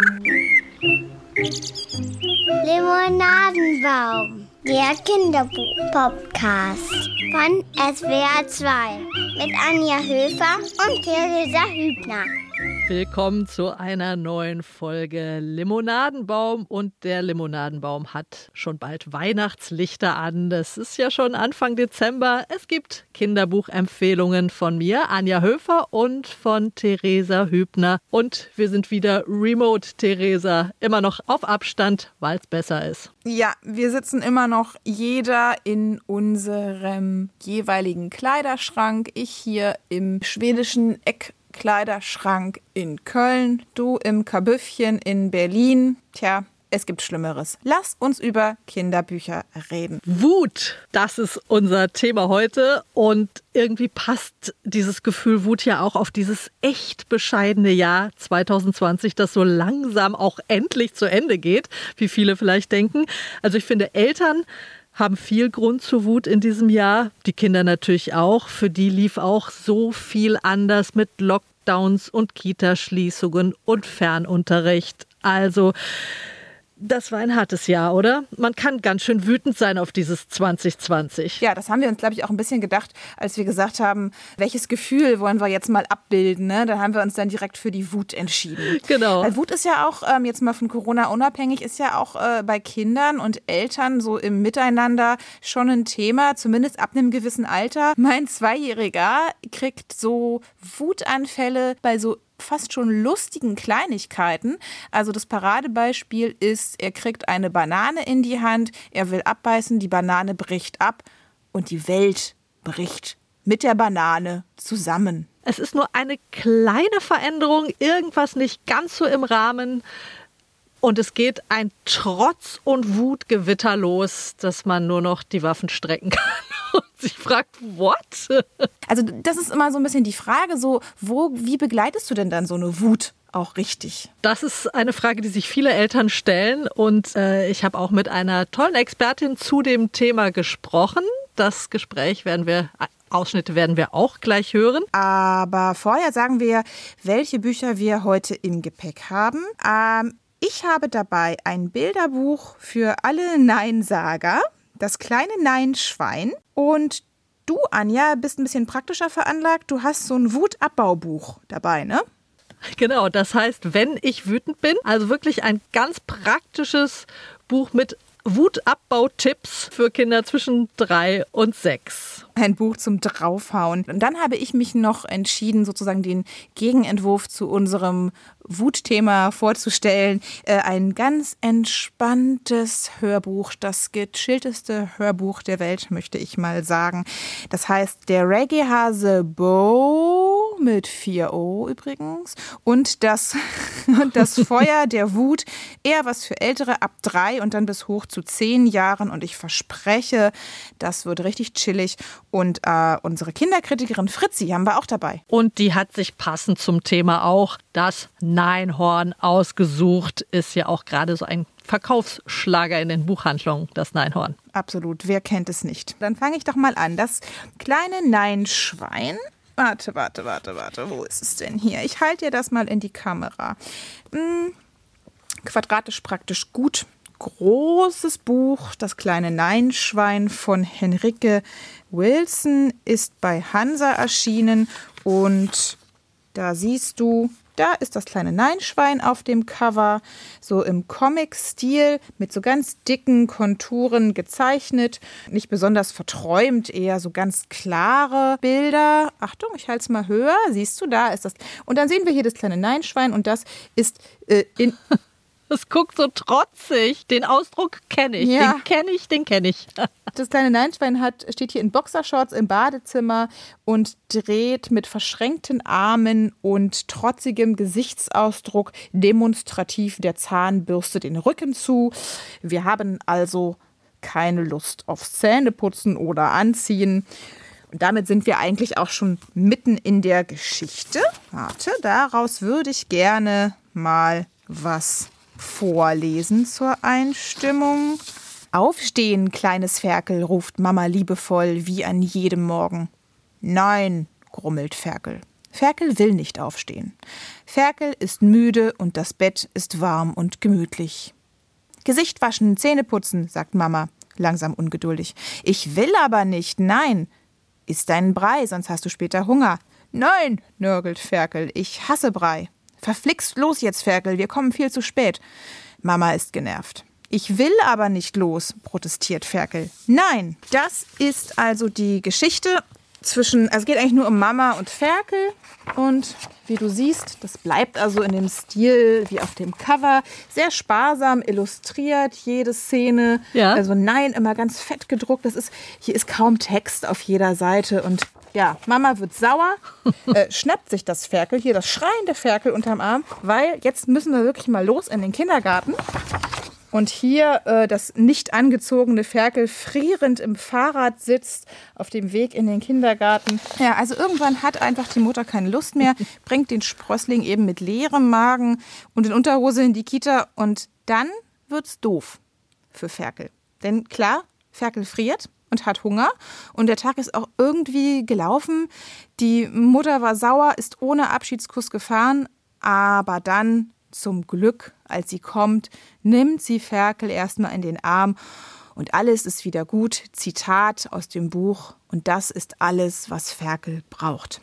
Limonadenbaum, der Kinderbuch-Podcast von SWR 2 mit Anja Höfer und Theresa Hübner. Willkommen zu einer neuen Folge Limonadenbaum. Und der Limonadenbaum hat schon bald Weihnachtslichter an. Das ist ja schon Anfang Dezember. Es gibt Kinderbuchempfehlungen von mir, Anja Höfer, und von Theresa Hübner. Und wir sind wieder remote, Theresa. Immer noch auf Abstand, weil es besser ist. Ja, wir sitzen immer noch jeder in unserem jeweiligen Kleiderschrank. Ich hier im schwedischen Eckkleiderschrank in Köln, du im Kabüffchen in Berlin. Tja, es gibt Schlimmeres. Lass uns über Kinderbücher reden. Wut, das ist unser Thema heute. Und irgendwie passt dieses Gefühl Wut ja auch auf dieses echt bescheidene Jahr 2020, das so langsam auch endlich zu Ende geht, wie viele vielleicht denken. Also ich finde, Eltern haben viel Grund zur Wut in diesem Jahr. Die Kinder natürlich auch. Für die lief auch so viel anders mit Lockdowns und Kitaschließungen und Fernunterricht. Also das war ein hartes Jahr, oder? Man kann ganz schön wütend sein auf dieses 2020. Ja, das haben wir uns, glaube ich, auch ein bisschen gedacht, als wir gesagt haben, welches Gefühl wollen wir jetzt mal abbilden, ne? Da haben wir uns dann direkt für die Wut entschieden. Genau. Weil Wut ist ja auch, jetzt mal von Corona unabhängig, ist ja auch bei Kindern und Eltern so im Miteinander schon ein Thema, zumindest ab einem gewissen Alter. Mein Zweijähriger kriegt so Wutanfälle bei so fast schon lustigen Kleinigkeiten. Also das Paradebeispiel ist, er kriegt eine Banane in die Hand, er will abbeißen, die Banane bricht ab und die Welt bricht mit der Banane zusammen. Es ist nur eine kleine Veränderung, irgendwas nicht ganz so im Rahmen. Und es geht ein Trotz- und Wutgewitter los, dass man nur noch die Waffen strecken kann und sich fragt, what? Also das ist immer so ein bisschen die Frage, so wie begleitest du denn dann so eine Wut auch richtig? Das ist eine Frage, die sich viele Eltern stellen. Und ich habe auch mit einer tollen Expertin zu dem Thema gesprochen. Das Gespräch Ausschnitte werden wir auch gleich hören. Aber vorher sagen wir, welche Bücher wir heute im Gepäck haben. Ich habe dabei ein Bilderbuch für alle Neinsager, das kleine Nein-Schwein. Und du, Anja, bist ein bisschen praktischer veranlagt. Du hast so ein Wutabbaubuch dabei, ne? Genau, das heißt, wenn ich wütend bin, also wirklich ein ganz praktisches Buch mit Wutabbau-Tipps für Kinder zwischen 3 und 6. Ein Buch zum Draufhauen. Und dann habe ich mich noch entschieden, sozusagen den Gegenentwurf zu unserem Wutthema vorzustellen. Ein ganz entspanntes Hörbuch, das gechillteste Hörbuch der Welt, möchte ich mal sagen. Das heißt Der Reggae-Hase Bo mit 4 O übrigens und das Feuer der Wut, eher was für Ältere ab 3 und dann bis hoch zu 10 Jahren. Und ich verspreche, das wird richtig chillig. Und unsere Kinderkritikerin Fritzi haben wir auch dabei. Und die hat sich passend zum Thema auch das Neinhorn ausgesucht. Ist ja auch gerade so ein Verkaufsschlager in den Buchhandlungen, das Neinhorn. Absolut, wer kennt es nicht? Dann fange ich doch mal an. Das kleine Neinschwein. Warte, wo ist es denn hier? Ich halte dir das mal in die Kamera. Quadratisch praktisch gut. Großes Buch, das kleine Neinschwein von Henrike Wilson ist bei Hansa erschienen und da siehst du, da ist das kleine Neinschwein auf dem Cover, so im Comic-Stil mit so ganz dicken Konturen gezeichnet, nicht besonders verträumt, eher so ganz klare Bilder. Achtung, ich halte es mal höher, siehst du, da ist das. Und dann sehen wir hier das kleine Neinschwein und das ist in... Es guckt so trotzig. Den Ausdruck kenne ich. Ja. Den kenne ich. Das kleine Neinschwein steht hier in Boxershorts im Badezimmer und dreht mit verschränkten Armen und trotzigem Gesichtsausdruck demonstrativ der Zahnbürste den Rücken zu. Wir haben also keine Lust aufs Zähneputzen oder Anziehen. Und damit sind wir eigentlich auch schon mitten in der Geschichte. Warte, daraus würde ich gerne mal was vorlesen zur Einstimmung. Aufstehen, kleines Ferkel, ruft Mama liebevoll wie an jedem Morgen. Nein, grummelt Ferkel. Ferkel will nicht aufstehen. Ferkel ist müde und das Bett ist warm und gemütlich. Gesicht waschen, Zähne putzen, sagt Mama, langsam ungeduldig. Ich will aber nicht, nein. Iss deinen Brei, sonst hast du später Hunger. Nein, nörgelt Ferkel, ich hasse Brei. Verflixt los jetzt, Ferkel, wir kommen viel zu spät. Mama ist genervt. Ich will aber nicht los, protestiert Ferkel. Nein, das ist also die Geschichte also es geht eigentlich nur um Mama und Ferkel. Und wie du siehst, das bleibt also in dem Stil wie auf dem Cover. Sehr sparsam illustriert, jede Szene. Ja. Also nein, immer ganz fett gedruckt. Hier ist kaum Text auf jeder Seite. Und ja, Mama wird sauer, schnappt sich das Ferkel, hier das schreiende Ferkel unterm Arm, weil jetzt müssen wir wirklich mal los in den Kindergarten. Und hier das nicht angezogene Ferkel frierend im Fahrrad sitzt auf dem Weg in den Kindergarten. Ja, also irgendwann hat einfach die Mutter keine Lust mehr, bringt den Sprössling eben mit leerem Magen und in Unterhose in die Kita. Und dann wird's doof für Ferkel. Denn klar, Ferkel friert und hat Hunger. Und der Tag ist auch irgendwie gelaufen. Die Mutter war sauer, ist ohne Abschiedskuss gefahren. Aber dann, zum Glück, als sie kommt, nimmt sie Ferkel erstmal in den Arm und alles ist wieder gut. Zitat aus dem Buch. Und das ist alles, was Ferkel braucht.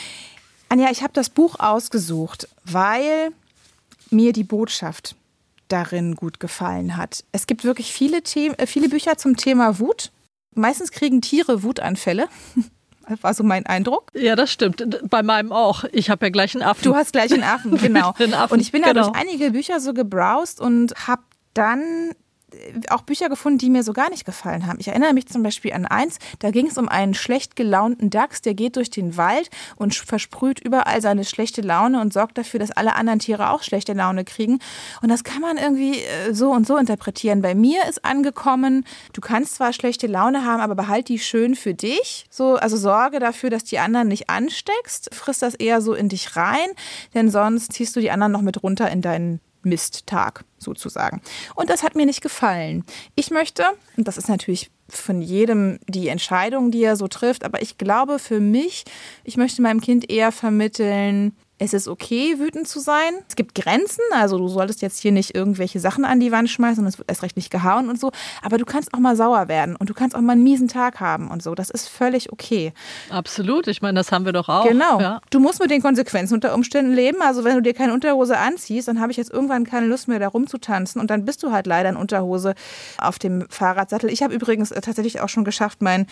Anja, ich habe das Buch ausgesucht, weil mir die Botschaft darin gut gefallen hat. Es gibt wirklich viele Bücher zum Thema Wut. Meistens kriegen Tiere Wutanfälle. Das war so mein Eindruck. Ja, das stimmt. Bei meinem auch. Ich habe ja gleich einen Affen. Du hast gleich einen Affen, genau. Und ich bin da genau durch einige Bücher so gebrowst und habe dann auch Bücher gefunden, die mir so gar nicht gefallen haben. Ich erinnere mich zum Beispiel an eins, da ging es um einen schlecht gelaunten Dachs, der geht durch den Wald und versprüht überall seine schlechte Laune und sorgt dafür, dass alle anderen Tiere auch schlechte Laune kriegen. Und das kann man irgendwie so und so interpretieren. Bei mir ist angekommen, du kannst zwar schlechte Laune haben, aber behalt die schön für dich. Also sorge dafür, dass die anderen nicht ansteckst. Friss das eher so in dich rein, denn sonst ziehst du die anderen noch mit runter in deinen Misttag sozusagen. Und das hat mir nicht gefallen. Ich möchte, und das ist natürlich von jedem die Entscheidung, die er so trifft, aber ich glaube für mich, ich möchte meinem Kind eher vermitteln, es ist okay, wütend zu sein. Es gibt Grenzen, also du solltest jetzt hier nicht irgendwelche Sachen an die Wand schmeißen und es wird erst recht nicht gehauen und so. Aber du kannst auch mal sauer werden und du kannst auch mal einen miesen Tag haben und so. Das ist völlig okay. Absolut, ich meine, das haben wir doch auch. Genau. Ja. Du musst mit den Konsequenzen unter Umständen leben. Also wenn du dir keine Unterhose anziehst, dann habe ich jetzt irgendwann keine Lust mehr, da rumzutanzen. Und dann bist du halt leider in Unterhose auf dem Fahrradsattel. Ich habe übrigens tatsächlich auch schon geschafft, mein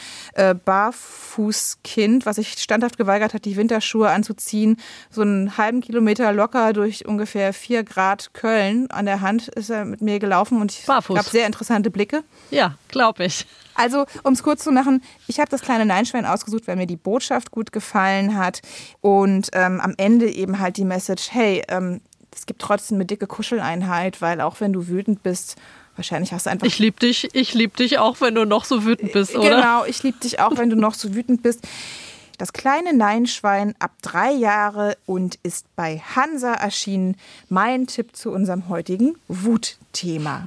Barfußkind, was sich standhaft geweigert hat, die Winterschuhe anzuziehen, so einen halben Kilometer locker durch ungefähr 4 Grad Köln an der Hand ist er mit mir gelaufen und ich gab sehr interessante Blicke. Ja, glaube ich. Also, um es kurz zu machen, ich habe das kleine Neinschwein ausgesucht, weil mir die Botschaft gut gefallen hat und am Ende eben halt die Message, hey, es gibt trotzdem eine dicke Kuscheleinheit, weil auch wenn du wütend bist, wahrscheinlich hast du einfach... Ich lieb dich auch, wenn du noch so wütend bist, oder? Genau, ich lieb dich auch, wenn du noch so wütend bist. Das kleine Neinschwein ab 3 Jahre und ist bei Hansa erschienen. Mein Tipp zu unserem heutigen Wutthema.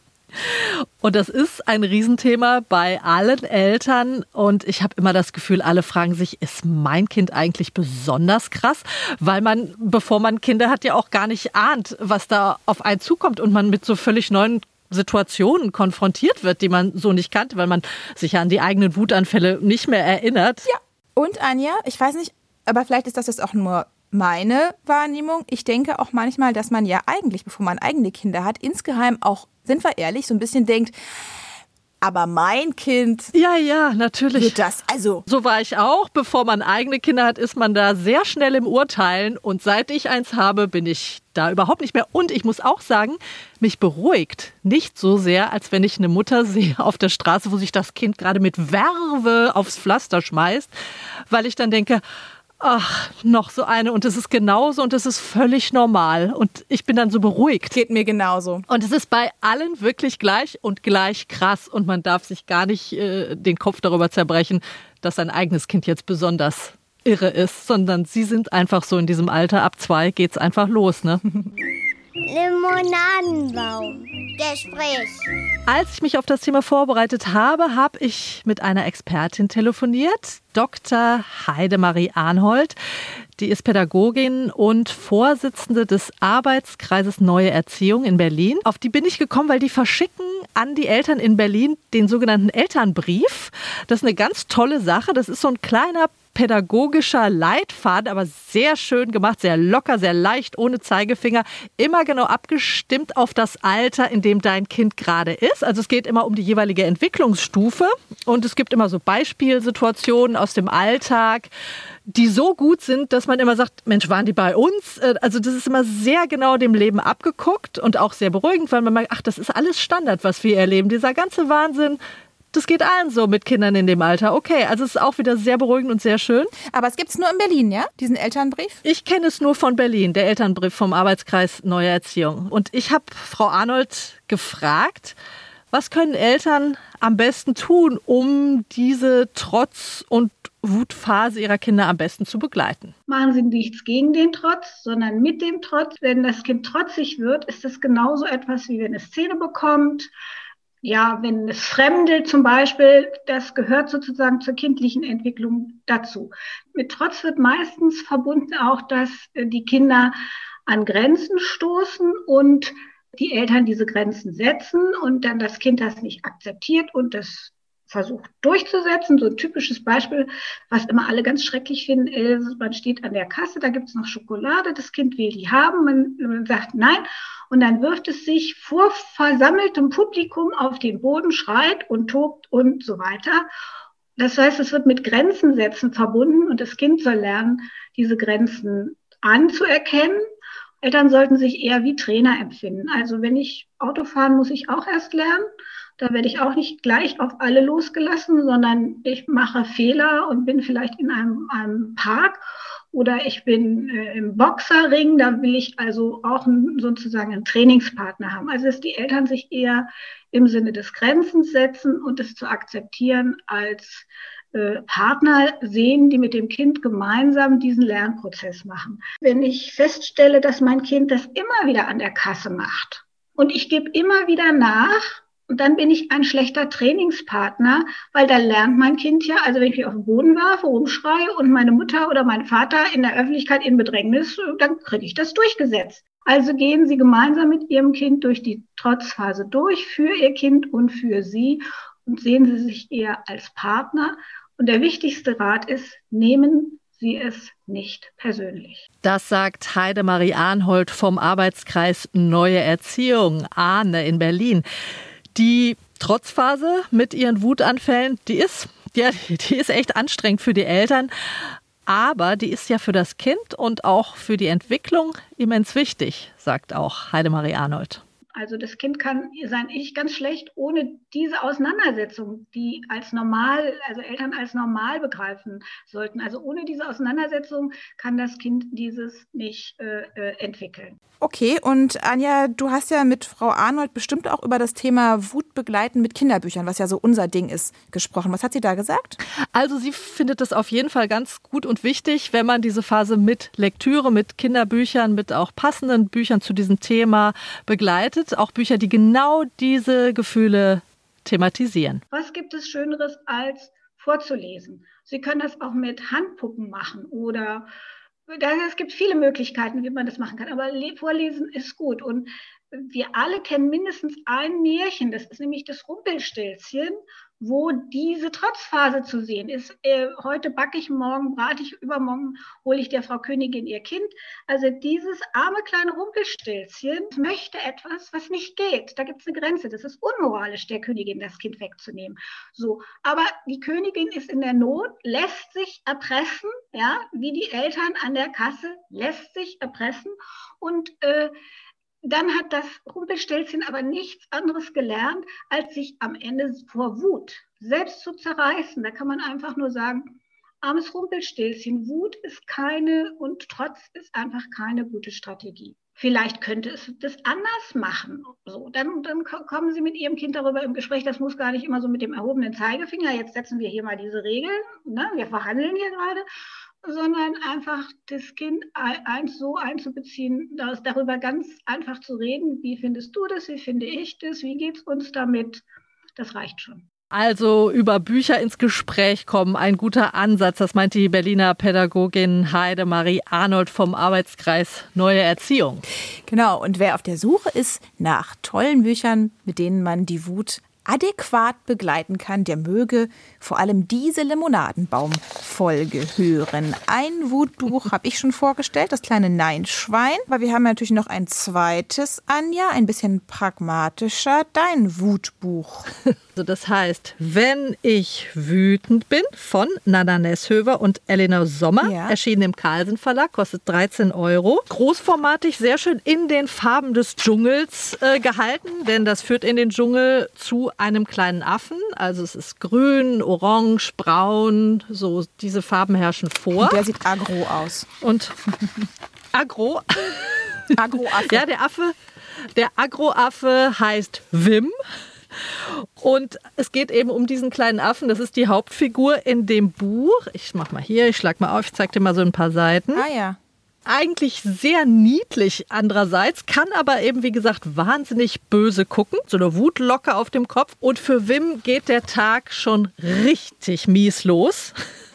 Und das ist ein Riesenthema bei allen Eltern. Und ich habe immer das Gefühl, alle fragen sich, ist mein Kind eigentlich besonders krass? Weil man, bevor man Kinder hat, ja auch gar nicht ahnt, was da auf einen zukommt und man mit so völlig neuen Situationen konfrontiert wird, die man so nicht kannte, weil man sich ja an die eigenen Wutanfälle nicht mehr erinnert. Ja. Und Anja, ich weiß nicht, aber vielleicht ist das jetzt auch nur meine Wahrnehmung. Ich denke auch manchmal, dass man ja eigentlich, bevor man eigene Kinder hat, insgeheim auch, sind wir ehrlich, so ein bisschen denkt, aber mein Kind... Ja, natürlich. Wird das, also... So war ich auch. Bevor man eigene Kinder hat, ist man da sehr schnell im Urteilen. Und seit ich eins habe, bin ich da überhaupt nicht mehr. Und ich muss auch sagen, mich beruhigt nicht so sehr, als wenn ich eine Mutter sehe auf der Straße, wo sich das Kind gerade mit Verve aufs Pflaster schmeißt. Weil ich dann denke... Ach, noch so eine und es ist genauso und es ist völlig normal und ich bin dann so beruhigt. Geht mir genauso. Und es ist bei allen wirklich gleich und gleich krass und man darf sich gar nicht den Kopf darüber zerbrechen, dass sein eigenes Kind jetzt besonders irre ist, sondern sie sind einfach so in diesem Alter, ab 2 geht's einfach los, ne? Limonadenbaum. Gespräch. Als ich mich auf das Thema vorbereitet habe, habe ich mit einer Expertin telefoniert, Dr. Heidemarie Arnhold. die ist Pädagogin und Vorsitzende des Arbeitskreises Neue Erziehung in Berlin. Auf die bin ich gekommen, weil die verschicken an die Eltern in Berlin den sogenannten Elternbrief. Das ist eine ganz tolle Sache. Das ist so ein kleiner pädagogischer Leitfaden, aber sehr schön gemacht, sehr locker, sehr leicht, ohne Zeigefinger, immer genau abgestimmt auf das Alter, in dem dein Kind gerade ist. Also es geht immer um die jeweilige Entwicklungsstufe und es gibt immer so Beispielsituationen aus dem Alltag, die so gut sind, dass man immer sagt, Mensch, waren die bei uns? Also das ist immer sehr genau dem Leben abgeguckt und auch sehr beruhigend, weil man merkt, ach, das ist alles Standard, was wir erleben. Dieser ganze Wahnsinn, das geht allen so mit Kindern in dem Alter. Okay, also es ist auch wieder sehr beruhigend und sehr schön. Aber es gibt es nur in Berlin, ja? Diesen Elternbrief? Ich kenne es nur von Berlin, der Elternbrief vom Arbeitskreis Neue Erziehung. Und ich habe Frau Arnold gefragt, was können Eltern am besten tun, um diese Trotz- und Wutphase ihrer Kinder am besten zu begleiten? Machen Sie nichts gegen den Trotz, sondern mit dem Trotz. Wenn das Kind trotzig wird, ist das genauso etwas, wie wenn es Zähne bekommt. Ja, wenn es fremdelt zum Beispiel, das gehört sozusagen zur kindlichen Entwicklung dazu. Mit Trotz wird meistens verbunden auch, dass die Kinder an Grenzen stoßen und die Eltern diese Grenzen setzen und dann das Kind das nicht akzeptiert und das versucht durchzusetzen. So ein typisches Beispiel, was immer alle ganz schrecklich finden, ist, man steht an der Kasse, da gibt es noch Schokolade, das Kind will die haben, man sagt nein und dann wirft es sich vor versammeltem Publikum auf den Boden, schreit und tobt und so weiter. Das heißt, es wird mit Grenzen setzen verbunden und das Kind soll lernen, diese Grenzen anzuerkennen. Eltern sollten sich eher wie Trainer empfinden. Also wenn ich Auto fahren, muss ich auch erst lernen. Da werde ich auch nicht gleich auf alle losgelassen, sondern ich mache Fehler und bin vielleicht in einem Park oder ich bin im Boxerring. Da will ich also auch sozusagen einen Trainingspartner haben. Also dass die Eltern sich eher im Sinne des Grenzens setzen und es zu akzeptieren als Partner sehen, die mit dem Kind gemeinsam diesen Lernprozess machen. Wenn ich feststelle, dass mein Kind das immer wieder an der Kasse macht und ich gebe immer wieder nach, und dann bin ich ein schlechter Trainingspartner, weil da lernt mein Kind ja, also wenn ich mich auf den Boden werfe, rumschreie und meine Mutter oder mein Vater in der Öffentlichkeit in Bedrängnis, dann kriege ich das durchgesetzt. Also gehen Sie gemeinsam mit Ihrem Kind durch die Trotzphase durch, für Ihr Kind und für Sie und sehen Sie sich eher als Partner. Und der wichtigste Rat ist, nehmen Sie es nicht persönlich. Das sagt Heidemarie Arnold vom Arbeitskreis Neue Erziehung, Ahne in Berlin. Die Trotzphase mit ihren Wutanfällen, die ist echt anstrengend für die Eltern. Aber die ist ja für das Kind und auch für die Entwicklung immens wichtig, sagt auch Heidemarie Arnold. Also das Kind kann sein Ich ganz schlecht ohne diese Auseinandersetzung, die als normal, also Eltern als normal begreifen sollten. Also ohne diese Auseinandersetzung kann das Kind dieses nicht entwickeln. Okay, und Anja, du hast ja mit Frau Arnold bestimmt auch über das Thema Wut begleiten mit Kinderbüchern, was ja so unser Ding ist, gesprochen. Was hat sie da gesagt? Also sie findet es auf jeden Fall ganz gut und wichtig, wenn man diese Phase mit Lektüre, mit Kinderbüchern, mit auch passenden Büchern zu diesem Thema begleitet. Auch Bücher, die genau diese Gefühle thematisieren. Was gibt es Schöneres als vorzulesen? Sie können das auch mit Handpuppen machen oder es gibt viele Möglichkeiten, wie man das machen kann. Aber Vorlesen ist gut. Und wir alle kennen mindestens ein Märchen. Das ist nämlich das Rumpelstilzchen, wo diese Trotzphase zu sehen ist. Heute backe ich, morgen brate ich, übermorgen hole ich der Frau Königin ihr Kind. Also dieses arme kleine Rumpelstilzchen möchte etwas, was nicht geht. Da gibt es eine Grenze. Das ist unmoralisch, der Königin das Kind wegzunehmen. So, aber die Königin ist in der Not, lässt sich erpressen, ja, wie die Eltern an der Kasse, lässt sich erpressen und dann hat das Rumpelstilzchen aber nichts anderes gelernt, als sich am Ende vor Wut selbst zu zerreißen. Da kann man einfach nur sagen, armes Rumpelstilzchen, Wut ist keine und Trotz ist einfach keine gute Strategie. Vielleicht könnte es das anders machen. So, dann kommen Sie mit Ihrem Kind darüber im Gespräch. Das muss gar nicht immer so mit dem erhobenen Zeigefinger. Jetzt setzen wir hier mal diese Regeln. Ne? Wir verhandeln hier gerade. Sondern einfach das Kind so einzubeziehen, darüber ganz einfach zu reden. Wie findest du das? Wie finde ich das? Wie geht es uns damit? Das reicht schon. Also über Bücher ins Gespräch kommen, ein guter Ansatz. Das meint die Berliner Pädagogin Heidemarie Arnold vom Arbeitskreis Neue Erziehung. Genau, und wer auf der Suche ist nach tollen Büchern, mit denen man die Wut adäquat begleiten kann, der möge vor allem diese Limonadenbaum-Folge hören. Ein Wutbuch habe ich schon vorgestellt, das kleine Nein-Schwein. Aber wir haben natürlich noch ein zweites, Anja, ein bisschen pragmatischer, dein Wutbuch. Also das heißt, wenn ich wütend bin, von Nana Nesshöver und Elena Sommer, erschienen im Carlsen Verlag, kostet 13 €. Großformatig, sehr schön in den Farben des Dschungels gehalten, denn das führt in den Dschungel zu einem kleinen Affen. Also es ist grün, orange, braun, so diese Farben herrschen vor. Der sieht aggro aus. Und aggro? Agroaffe. Ja, der Agroaffe heißt Wim. Und es geht eben um diesen kleinen Affen. Das ist die Hauptfigur in dem Buch. Ich mach mal hier, ich schlag mal auf, ich zeig dir mal so ein paar Seiten. Ah ja. Eigentlich sehr niedlich andererseits, kann aber eben, wie gesagt, wahnsinnig böse gucken. So eine Wutlocke auf dem Kopf. Und für Wim geht der Tag schon richtig mies los.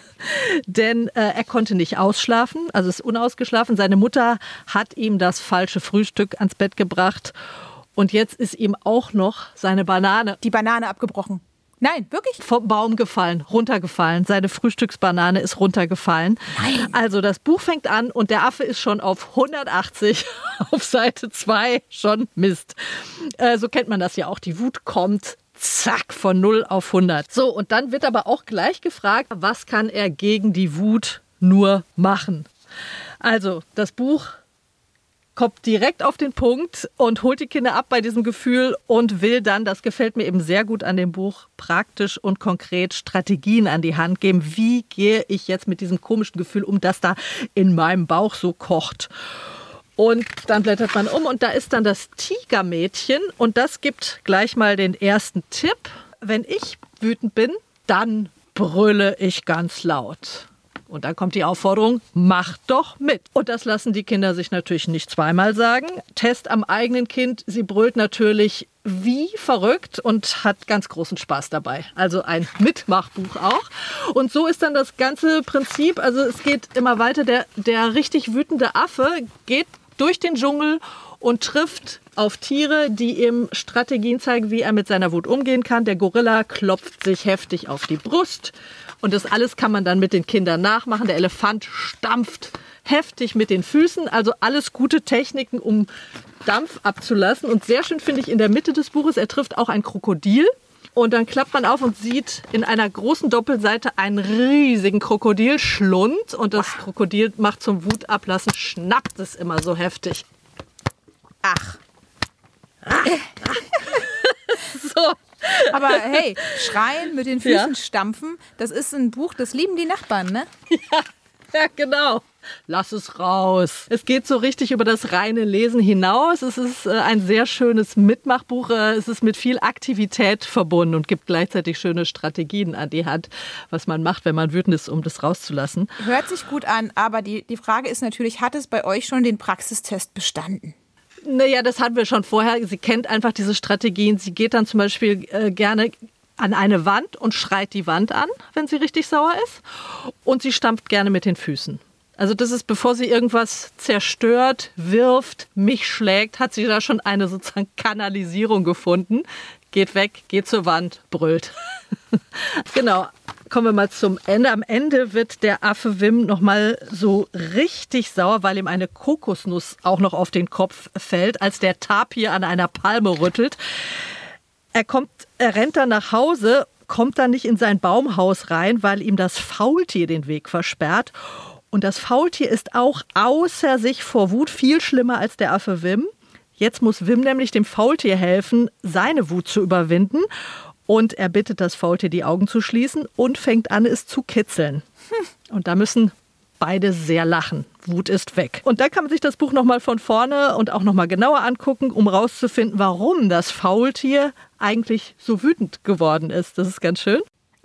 Denn er konnte nicht ausschlafen, also ist unausgeschlafen. Seine Mutter hat ihm das falsche Frühstück ans Bett gebracht. Und jetzt ist ihm auch noch seine Banane. Die Banane abgebrochen. Nein, wirklich? Vom Baum gefallen, runtergefallen. Seine Frühstücksbanane ist runtergefallen. Nein. Also das Buch fängt an und der Affe ist schon auf 180, auf Seite 2 schon Mist. So kennt man das ja auch. Die Wut kommt, zack, von 0 auf 100. So, und dann wird aber auch gleich gefragt, was kann er gegen die Wut nur machen? Also das Buch kommt direkt auf den Punkt und holt die Kinder ab bei diesem Gefühl und will dann, das gefällt mir eben sehr gut an dem Buch, praktisch und konkret Strategien an die Hand geben. Wie gehe ich jetzt mit diesem komischen Gefühl um, das da in meinem Bauch so kocht? Und dann blättert man um und da ist dann das Tigermädchen und das gibt gleich mal den ersten Tipp. Wenn ich wütend bin, dann brülle ich ganz laut. Und dann kommt die Aufforderung, macht doch mit. Und das lassen die Kinder sich natürlich nicht zweimal sagen. Test am eigenen Kind. Sie brüllt natürlich wie verrückt und hat ganz großen Spaß dabei. Also ein Mitmachbuch auch. Und so ist dann das ganze Prinzip. Also es geht immer weiter. Der richtig wütende Affe geht durch den Dschungel und trifft auf Tiere, die ihm Strategien zeigen, wie er mit seiner Wut umgehen kann. Der Gorilla klopft sich heftig auf die Brust. Und das alles kann man dann mit den Kindern nachmachen. Der Elefant stampft heftig mit den Füßen. Also alles gute Techniken, um Dampf abzulassen. Und sehr schön finde ich in der Mitte des Buches, er trifft auch ein Krokodil. Und dann klappt man auf und sieht in einer großen Doppelseite einen riesigen Krokodilschlund. Und das Krokodil macht zum Wutablassen, schnappt es immer so heftig. Ach. So. Aber hey, schreien, mit den Füßen stampfen, das ist ein Buch, das lieben die Nachbarn, ne? Ja, genau. Lass es raus. Es geht so richtig über das reine Lesen hinaus. Es ist ein sehr schönes Mitmachbuch. Es ist mit viel Aktivität verbunden und gibt gleichzeitig schöne Strategien an die Hand, was man macht, wenn man wütend ist, um das rauszulassen. Hört sich gut an, aber die Frage ist natürlich, hat es bei euch schon den Praxistest bestanden? Naja, das hatten wir schon vorher. Sie kennt einfach diese Strategien. Sie geht dann zum Beispiel gerne an eine Wand und schreit die Wand an, wenn sie richtig sauer ist. Und sie stampft gerne mit den Füßen. Also das ist, bevor sie irgendwas zerstört, wirft, mich schlägt, hat sie da schon eine sozusagen Kanalisierung gefunden. Geht weg, geht zur Wand, brüllt. Genau. Kommen wir mal zum Ende. Am Ende wird der Affe Wim noch mal so richtig sauer, weil ihm eine Kokosnuss auch noch auf den Kopf fällt, als der Tapir an einer Palme rüttelt. Er rennt dann nach Hause, kommt dann nicht in sein Baumhaus rein, weil ihm das Faultier den Weg versperrt. Und das Faultier ist auch außer sich vor Wut, viel schlimmer als der Affe Wim. Jetzt muss Wim nämlich dem Faultier helfen, seine Wut zu überwinden. Und er bittet das Faultier, die Augen zu schließen und fängt an, es zu kitzeln. Und da müssen beide sehr lachen. Wut ist weg. Und da kann man sich das Buch nochmal von vorne und auch nochmal genauer angucken, um rauszufinden, warum das Faultier eigentlich so wütend geworden ist. Das ist ganz schön.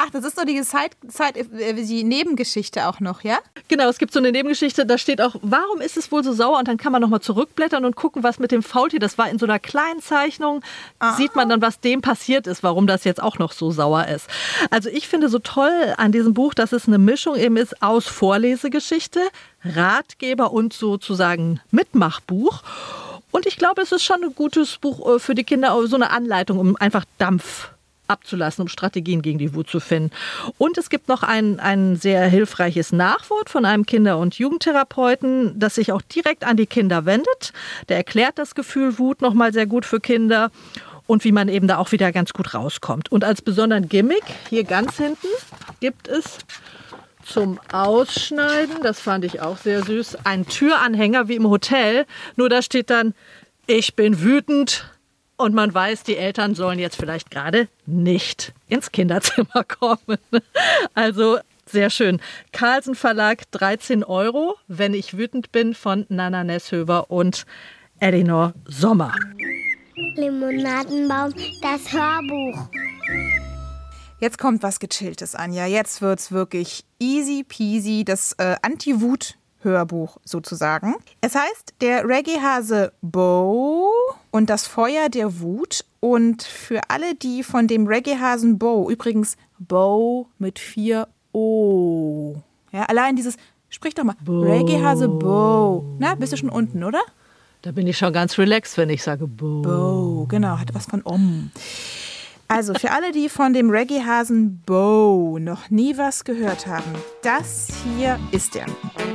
Ach, das ist so die Nebengeschichte auch noch, ja? Genau, es gibt so eine Nebengeschichte, da steht auch, warum ist es wohl so sauer? Und dann kann man nochmal zurückblättern und gucken, was mit dem Faultier, das war in so einer kleinen Zeichnung, sieht man dann, was dem passiert ist, warum das jetzt auch noch so sauer ist. Also ich finde so toll an diesem Buch, dass es eine Mischung eben ist aus Vorlesegeschichte, Ratgeber und sozusagen Mitmachbuch. Und ich glaube, es ist schon ein gutes Buch für die Kinder, so eine Anleitung, um einfach Dampf abzulassen, um Strategien gegen die Wut zu finden. Und es gibt noch ein sehr hilfreiches Nachwort von einem Kinder- und Jugendtherapeuten, das sich auch direkt an die Kinder wendet. Der erklärt das Gefühl Wut nochmal sehr gut für Kinder und wie man eben da auch wieder ganz gut rauskommt. Und als besonderen Gimmick, hier ganz hinten, gibt es zum Ausschneiden, das fand ich auch sehr süß, einen Türanhänger wie im Hotel. Nur da steht dann, ich bin wütend. Und man weiß, die Eltern sollen jetzt vielleicht gerade nicht ins Kinderzimmer kommen. Also sehr schön. Carlsen Verlag, 13 €, Wenn ich wütend bin, von Nana Nesshöver und Elinor Sommer. Limonadenbaum, das Hörbuch. Jetzt kommt was Gechilltes, Anja. Jetzt wird's wirklich easy peasy, das Anti-Wut-Hörbuch sozusagen. Es heißt Der Reggae-Hase Bo und das Feuer der Wut. Und für alle, die von dem Reggae-Hasen Bo, übrigens Bo mit 4 O. Ja, allein dieses, sprich doch mal, Reggae-Hase Bo. Na, bist du schon unten, oder? Da bin ich schon ganz relaxed, wenn ich sage Bo. Bo, genau, hat was von Om. Also für alle, die von dem Reggae-Hasen Bo noch nie was gehört haben, das hier ist er.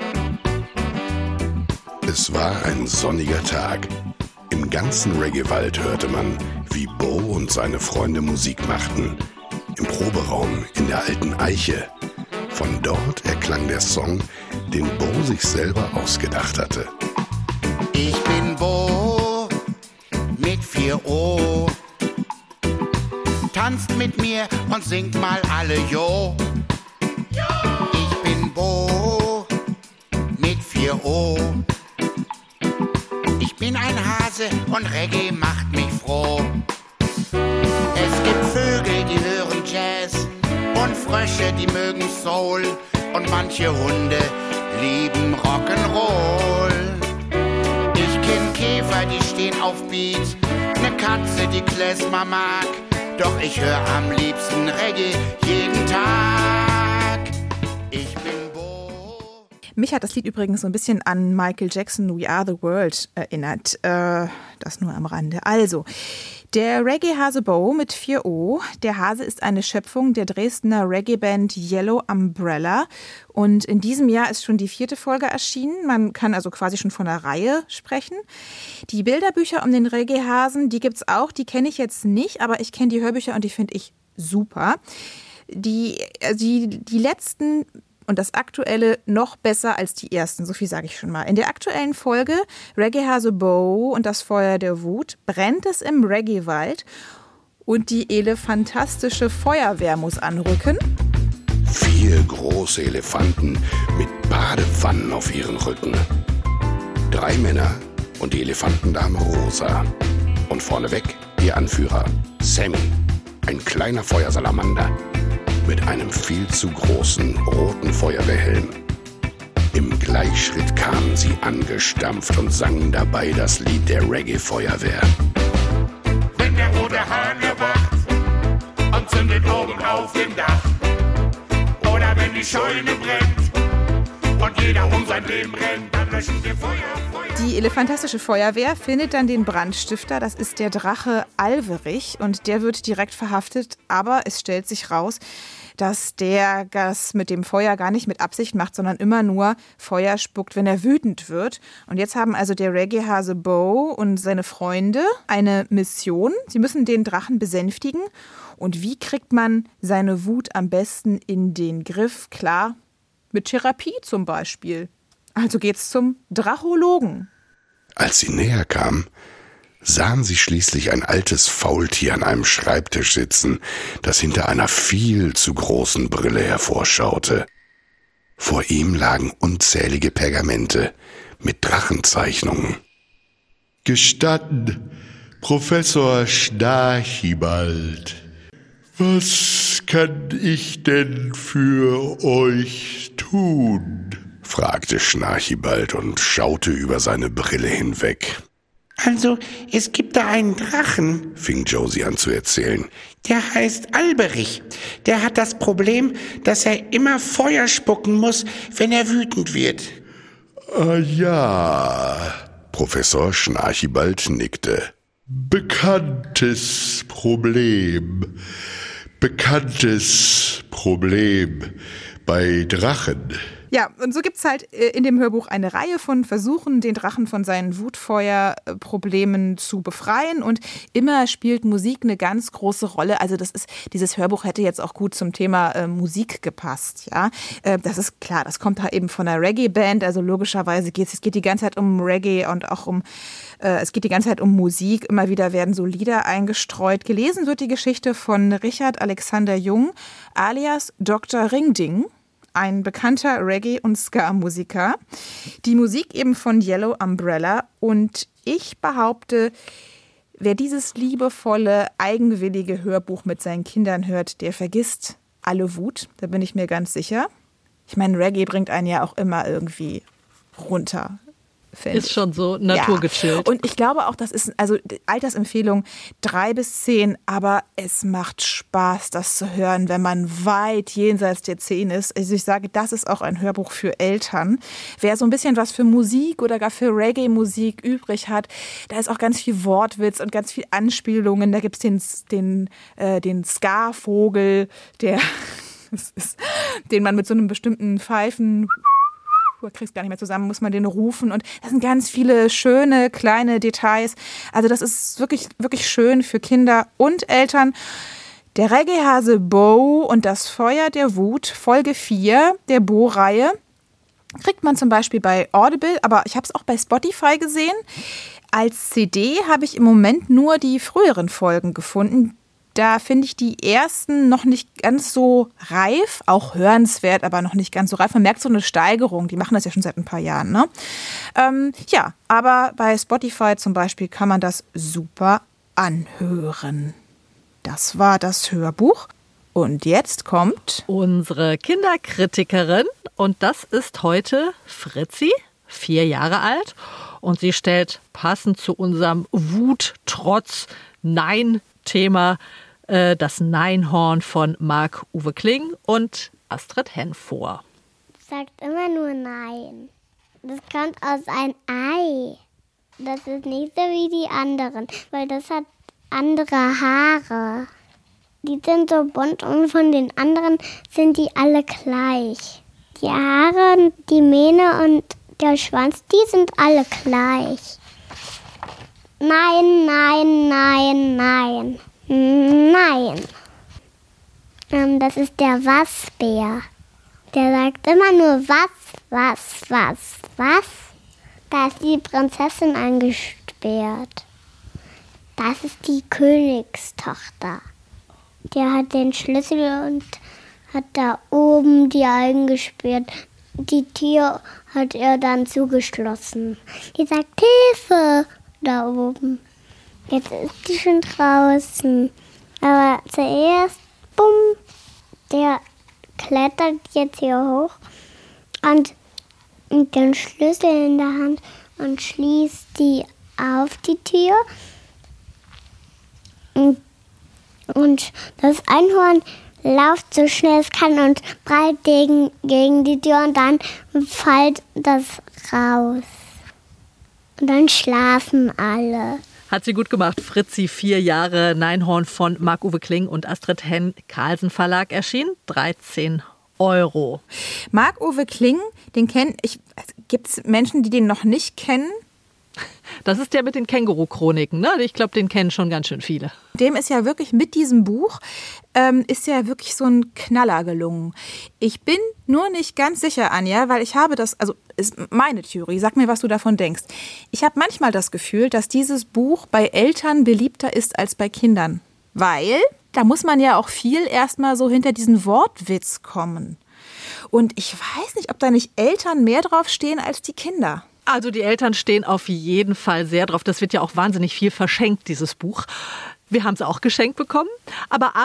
Es war ein sonniger Tag. Im ganzen Reggae-Wald hörte man, wie Bo und seine Freunde Musik machten. Im Proberaum in der alten Eiche. Von dort erklang der Song, den Bo sich selber ausgedacht hatte. Ich bin Bo mit 4 O. Tanzt mit mir und singt mal alle Jo. Ich bin Bo mit 4 O. Ich bin ein Hase und Reggae macht mich froh. Es gibt Vögel, die hören Jazz und Frösche, die mögen Soul und manche Hunde lieben Rock'n'Roll. Ich kenn Käfer, die stehen auf Beat, ne Katze, die Klezmer mag. Doch ich höre am liebsten Reggae jeden Tag. Ich bin Bo. Mich hat das Lied übrigens so ein bisschen an Michael Jackson We Are the World erinnert. Das nur am Rande. Also, der Reggae-Hase Bo mit 4 O. Der Hase ist eine Schöpfung der Dresdner Reggae-Band Yellow Umbrella. Und in diesem Jahr ist schon die 4. Folge erschienen. Man kann also quasi schon von einer Reihe sprechen. Die Bilderbücher um den Reggae-Hasen, die gibt's auch. Die kenne ich jetzt nicht, aber ich kenne die Hörbücher und die finde ich super. Die letzten und das aktuelle noch besser als die ersten, so viel sage ich schon mal. In der aktuellen Folge Reggae-Hase Bo und das Feuer der Wut brennt es im Reggae-Wald und die elefantastische Feuerwehr muss anrücken. 4 große Elefanten mit Badewannen auf ihren Rücken. 3 Männer und die Elefantendame Rosa. Und vorneweg ihr Anführer Sammy, ein kleiner Feuersalamander mit einem viel zu großen roten Feuerwehrhelm. Im Gleichschritt kamen sie angestampft und sangen dabei das Lied der Reggae-Feuerwehr. Wenn der rote Hahn erwacht und zündet oben auf dem Dach. Oder wenn die Scheune brennt und jeder um sein Leben rennt, dann löschen wir Feuer. Die elefantastische Feuerwehr findet dann den Brandstifter, das ist der Drache Alverich und der wird direkt verhaftet, aber es stellt sich raus, dass der das mit dem Feuer gar nicht mit Absicht macht, sondern immer nur Feuer spuckt, wenn er wütend wird. Und jetzt haben also der Reggae-Hase Bo und seine Freunde eine Mission. Sie müssen den Drachen besänftigen. Und wie kriegt man seine Wut am besten in den Griff? Klar, mit Therapie zum Beispiel. Also geht's zum Drachologen. Als sie näher kamen, sahen sie schließlich ein altes Faultier an einem Schreibtisch sitzen, das hinter einer viel zu großen Brille hervorschaute. Vor ihm lagen unzählige Pergamente mit Drachenzeichnungen. Gestatten, Professor Starchibald, was kann ich denn für euch tun? Fragte Schnarchibald und schaute über seine Brille hinweg. Also, es gibt da einen Drachen, Fing Josie an zu erzählen. der heißt Alberich. Der hat das Problem, dass er immer Feuer spucken muss, wenn er wütend wird. Ja, Professor Schnarchibald nickte. Bekanntes Problem bei Drachen. Ja, und so gibt's halt in dem Hörbuch eine Reihe von Versuchen, den Drachen von seinen Wutfeuerproblemen zu befreien. Und immer spielt Musik eine ganz große Rolle. Also dieses Hörbuch hätte jetzt auch gut zum Thema Musik gepasst. Ja, das ist klar, das kommt da eben von einer Reggae-Band. Also logischerweise es geht die ganze Zeit um Reggae und auch es geht die ganze Zeit um Musik. Immer wieder werden so Lieder eingestreut. Gelesen wird die Geschichte von Richard Alexander Jung, alias Dr. Ringding. Ein bekannter Reggae- und Ska-Musiker. Die Musik eben von Yellow Umbrella. Und ich behaupte, wer dieses liebevolle, eigenwillige Hörbuch mit seinen Kindern hört, der vergisst alle Wut. Da bin ich mir ganz sicher. Ich meine, Reggae bringt einen ja auch immer irgendwie runter. Ist schon so naturgechillt. Ja. Und ich glaube auch, das ist, also Altersempfehlung 3 bis 10, aber es macht Spaß, das zu hören, wenn man weit jenseits der 10 ist. Also ich sage, das ist auch ein Hörbuch für Eltern. Wer so ein bisschen was für Musik oder gar für Reggae-Musik übrig hat, da ist auch ganz viel Wortwitz und ganz viel Anspielungen. Da gibt es den Ska-Vogel, den man mit so einem bestimmten Pfeifen... Du kriegst gar nicht mehr zusammen, muss man den rufen. Und das sind ganz viele schöne, kleine Details. Also das ist wirklich, wirklich schön für Kinder und Eltern. Der Reggae-Hase Bo und das Feuer der Wut, Folge 4 der Bo-Reihe, kriegt man zum Beispiel bei Audible, aber ich habe es auch bei Spotify gesehen. Als CD habe ich im Moment nur die früheren Folgen gefunden. Da finde ich die ersten noch nicht ganz so reif, auch hörenswert, aber noch nicht ganz so reif. Man merkt so eine Steigerung, die machen das ja schon seit ein paar Jahren, ne? Ja, aber bei Spotify zum Beispiel kann man das super anhören. Das war das Hörbuch. Und jetzt kommt unsere Kinderkritikerin und das ist heute Fritzi, 4 Jahre alt. Und sie stellt passend zu unserem Wut-Trotz-Nein-Thema das Neinhorn von Marc-Uwe Kling und Astrid Henn vor. Sagt immer nur Nein. Das kommt aus einem Ei. Das ist nicht so wie die anderen, weil das hat andere Haare. Die sind so bunt und von den anderen sind die alle gleich. Die Haare, die Mähne und der Schwanz, die sind alle gleich. Nein, nein, nein, nein. Nein. Das ist der Wasbär. Der sagt immer nur was. Da ist die Prinzessin eingesperrt. Das ist die Königstochter. Der hat den Schlüssel und hat da oben die eingesperrt. Die Tür hat er dann zugeschlossen. Die sagt Hilfe da oben. Jetzt ist die schon draußen. Aber zuerst, bumm, der klettert jetzt hier hoch und mit dem Schlüssel in der Hand und schließt die auf die Tür. Und das Einhorn läuft so schnell es kann und prallt gegen die Tür und dann fällt das raus. Und dann schlafen alle. Hat sie gut gemacht. Fritzi, 4 Jahre, Neinhorn von Marc-Uwe Kling und Astrid Henn, Carlsen Verlag erschienen, 13 €. Marc-Uwe Kling, den gibt es Menschen, die den noch nicht kennen? Das ist der mit den Känguru-Chroniken, ne? Ich glaube, den kennen schon ganz schön viele. Dem ist ja wirklich mit diesem Buch, ist ja wirklich so ein Knaller gelungen. Ich bin nur nicht ganz sicher, Anja, weil ich habe das, also ist meine Theorie, sag mir, was du davon denkst. Ich habe manchmal das Gefühl, dass dieses Buch bei Eltern beliebter ist als bei Kindern. Weil da muss man ja auch viel erstmal so hinter diesen Wortwitz kommen. Und ich weiß nicht, ob da nicht Eltern mehr drauf stehen als die Kinder. Also die Eltern stehen auf jeden Fall sehr drauf. Das wird ja auch wahnsinnig viel verschenkt, dieses Buch. Wir haben es auch geschenkt bekommen. Aber Ava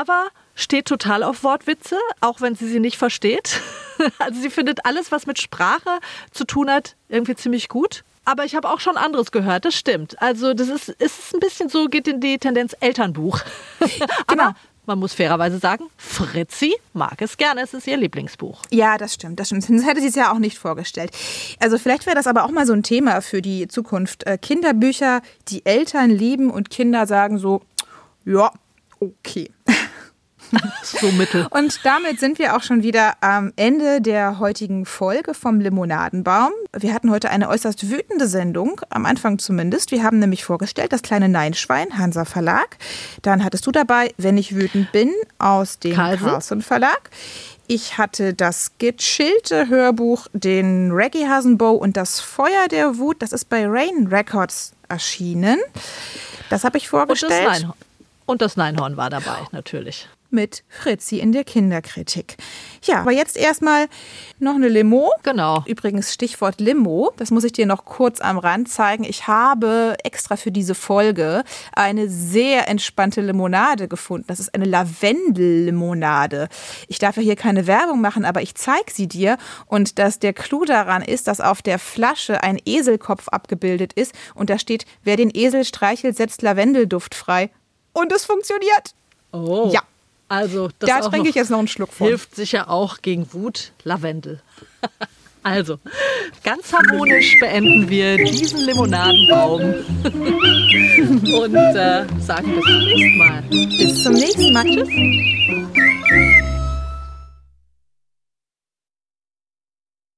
steht total auf Wortwitze, auch wenn sie nicht versteht. Also sie findet alles, was mit Sprache zu tun hat, irgendwie ziemlich gut. Aber ich habe auch schon anderes gehört, das stimmt. Also das ist ein bisschen so, geht in die Tendenz Elternbuch. Genau. Aber man muss fairerweise sagen, Fritzi mag es gerne, es ist ihr Lieblingsbuch. Ja, das stimmt. Sonst hätte sie es ja auch nicht vorgestellt. Also vielleicht wäre das aber auch mal so ein Thema für die Zukunft. Kinderbücher, die Eltern lieben und Kinder sagen so, ja, okay. So mittel. Und damit sind wir auch schon wieder am Ende der heutigen Folge vom Limonadenbaum. Wir hatten heute eine äußerst wütende Sendung, am Anfang zumindest. Wir haben nämlich vorgestellt, das kleine Neinschwein, Hansa Verlag. Dann hattest du dabei, Wenn ich wütend bin, aus dem Carlsen Verlag. Ich hatte das gechillte Hörbuch, den Reggae-Hasenbow und das Feuer der Wut. Das ist bei Rain Records erschienen. Das habe ich vorgestellt. Und das Neinhorn war dabei, natürlich. Mit Fritzi in der Kinderkritik. Ja, aber jetzt erstmal noch eine Limo. Genau. Übrigens Stichwort Limo, das muss ich dir noch kurz am Rand zeigen. Ich habe extra für diese Folge eine sehr entspannte Limonade gefunden. Das ist eine Lavendel-Limonade. Ich darf ja hier keine Werbung machen, aber ich zeige sie dir. Und dass der Clou daran ist, dass auf der Flasche ein Eselkopf abgebildet ist. Und da steht, wer den Esel streichelt, setzt Lavendelduft frei. Und es funktioniert. Oh. Ja. Also, das da trinke ich jetzt noch einen Schluck von. Hilft sicher auch gegen Wut, Lavendel. Also, ganz harmonisch beenden wir diesen Limonadenbaum und sagen bis zum nächsten Mal. Bis zum nächsten Mal. Tschüss.